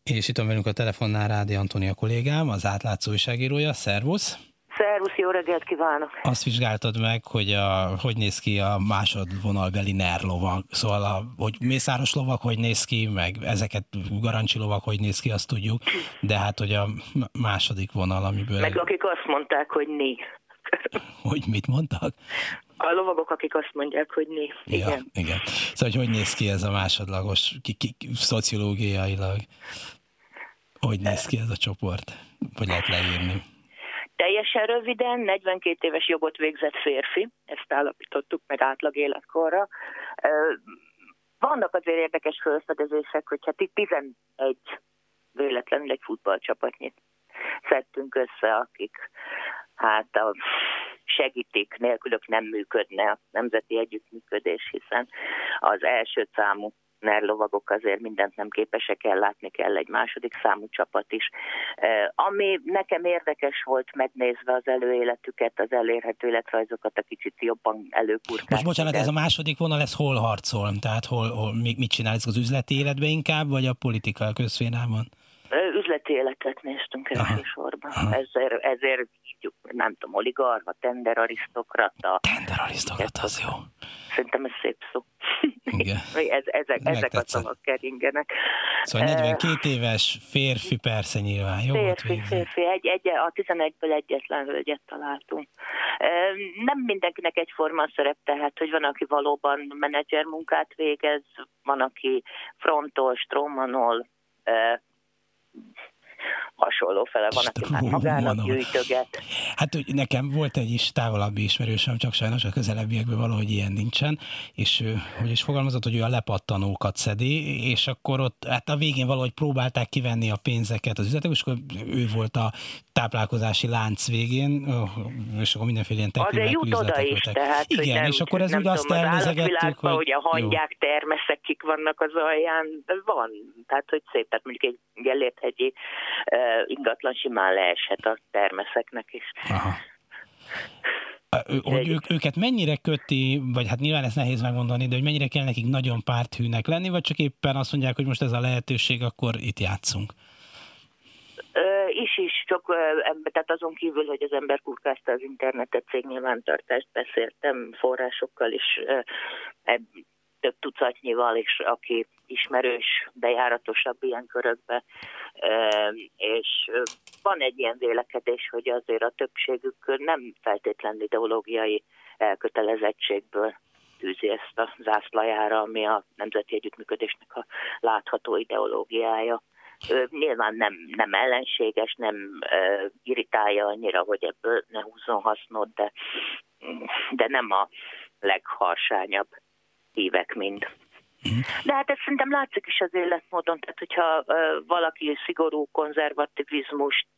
És itt van velünk a telefonnál Rádi Antónia kollégám, az Átlátszó újságírója. Szervusz! Szervusz, jó reggelt kívánok! Azt vizsgáltad meg, hogy néz ki a másodvonalbeli NER lovag, szóval hogy mészáros lovag hogy néz ki, meg ezeket garancsi lovag hogy néz ki, azt tudjuk, de hát hogy a második vonal, amiből... Meg akik azt mondták, hogy né. Hogy mit mondtak? A lovagok, akik azt mondják, hogy né. Igen. Ja, igen. Szóval, hogy néz ki ez a másodlagos, szociológiailag? Hogy néz ki ez a csoport? Hogy lehet leírni? Teljesen röviden, 42 éves jogot végzett férfi, ezt állapítottuk meg átlag életkorra. Vannak azért érdekes felfedezések, hogy hát itt 11 véletlenül egy futballcsapatnyit szedtünk össze, akik hát a segíték nélkülök nem működne a nemzeti együttműködés, hiszen az első számú NER lovagok azért mindent nem képesek ellátni, kell egy második számú csapat is. Ami nekem érdekes volt megnézve az előéletüket, az elérhető életrajzokat, a kicsit jobban előkurkálni. Most bocsánat, ez a második vonal, ez hol harcol? Tehát hol mit csinál? Ez az üzleti életben inkább, vagy a politika közszférában? Üzleti életet néztünk elsősorban. Ezért nem tudom, oligarcha, tenderarisztokrata. Tenderarisztokrata, az jó. Szerintem ez szép szó. Igen. ezek a szavak keringenek. Szóval 42 éves férfi, persze nyilván. Jó, férfi. A 11-ből egyetlen hölgyet találtunk. Nem mindenkinek egyforma szerep, tehát, hogy van, aki valóban menedzser munkát végez, van, aki frontol, strómanol, hasonló fele van, aki már magának gyűjtöget. Hát nekem volt egy is távolabbi ismerősöm, csak sajnos a közelebbiekben valahogy ilyen nincsen, és hogy is fogalmazott, hogy ő a lepattanókat szedi, és akkor ott hát a végén valahogy próbálták kivenni a pénzeket az üzletek, és akkor ő volt a táplálkozási lánc végén, és akkor mindenféle ilyen technikai üzletek voltak. Tehát, igen, nem, és akkor ez úgy azt elnézegettük, hogy a hangyák, termeszek kik vannak az alján, van. Tehát, hogy szép, tehát mondjuk egy Gellérthegyi ingatlan simán leeshet a termeszeknek is. Aha. Hogy őket mennyire köti, vagy hát nyilván ezt nehéz megmondani, de hogy mennyire kell nekik nagyon párthűnek lenni, vagy csak éppen azt mondják, hogy most ez a lehetőség, akkor itt játszunk? Is, csak tehát azon kívül, hogy az ember kurkázta az internetet, cégnyilvántartást, beszéltem forrásokkal is, több tucatnyival is, aki ismerős, bejáratosabb ilyen körökbe, és van egy ilyen vélekedés, hogy azért a többségük nem feltétlenül ideológiai elkötelezettségből tűzi ezt a zászlajára, ami a nemzeti együttműködésnek a látható ideológiája. Nyilván nem ellenséges, nem irritálja annyira, hogy ebből ne húzzon hasznot, de nem a legharsányabb hívek mind. De hát ez szerintem látszik is az életmódon, tehát hogyha valaki szigorú konzervativizmust,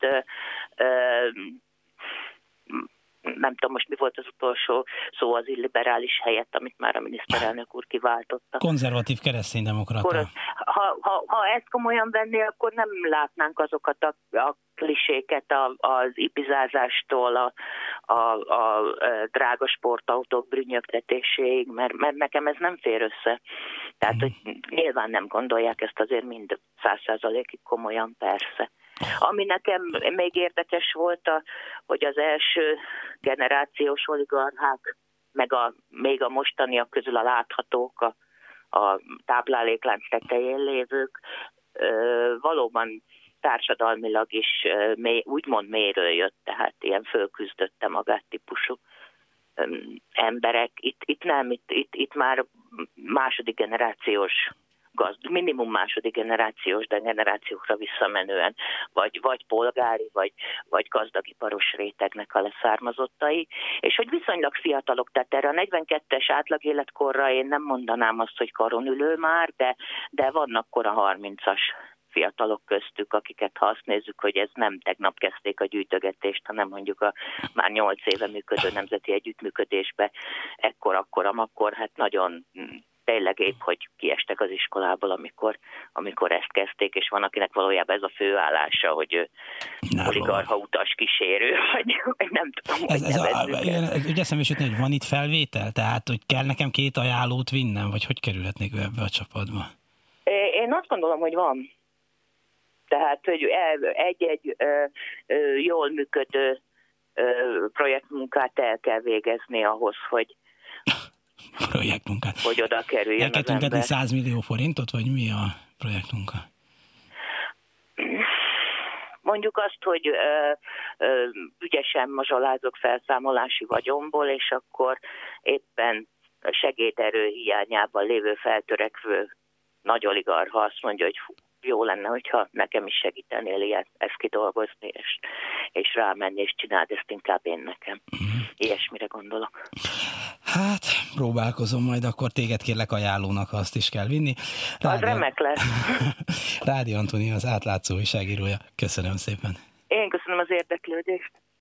nem tudom most mi volt az utolsó szó az illiberális helyett, amit már a miniszterelnök úr kiváltotta. Konzervatív kereszténydemokrata. Ha ezt komolyan venni, akkor nem látnánk azokat a kliséket az ibizázástól a drága sportautók brünnyögtetéséig, mert nekem ez nem fér össze. Tehát, hogy nyilván nem gondolják ezt azért mind 100%-ig komolyan, persze. Ami nekem még érdekes volt, hogy az első generációs oligarchák, meg még a mostaniak közül a láthatók, a tápláléklánc tetején lévők, valóban társadalmilag is úgymond mélyről jött, tehát ilyen fölküzdötte magát típusú emberek. Itt már második generációs minimum második generációs, de generációkra visszamenően, vagy polgári, vagy gazdagiparos rétegnek a leszármazottai, és hogy viszonylag fiatalok, tehát erre a 42-es átlagéletkorra én nem mondanám azt, hogy karonülő már, de vannak kora 30-as fiatalok köztük, akiket ha azt nézzük, hogy ez nem tegnap kezdték a gyűjtögetést, hanem mondjuk a már 8 éve működő nemzeti együttműködésbe ekkor, hát nagyon tényleg épp, hogy kiestek az iskolából, amikor ezt kezdték, és van, akinek valójában ez a főállása, hogy ő oligarcha utas kísérő, vagy nem tudom, hogy nevezzük. Ugye eszembe is jutni, hogy van itt felvétel? Tehát, hogy kell nekem 2 ajánlót vinnem, vagy hogy kerülhetnék ebbe a csapatba? Én azt gondolom, hogy van. Tehát, hogy egy-egy jól működő projektmunkát el kell végezni ahhoz, hogy projektmunkát. Hogy oda kerüljön el kell tüntetni 100 millió forintot, vagy mi a projektmunka? Mondjuk azt, hogy ügyesen mazsolázok felszámolási vagyomból, és akkor éppen segéderő hiányában lévő feltörekvő nagy oligarcha azt mondja, hogy jó lenne, hogyha nekem is segítenél ilyet, ezt kidolgozni, és rámenni, és csináld ezt inkább én nekem. Ilyesmire gondolok. Hát, próbálkozom majd, akkor téged kérlek ajánlónak, azt is kell vinni. Az remek lesz. Rádi Antónia, az átlátszó újságírója. Köszönöm szépen. Én köszönöm az érdeklődést.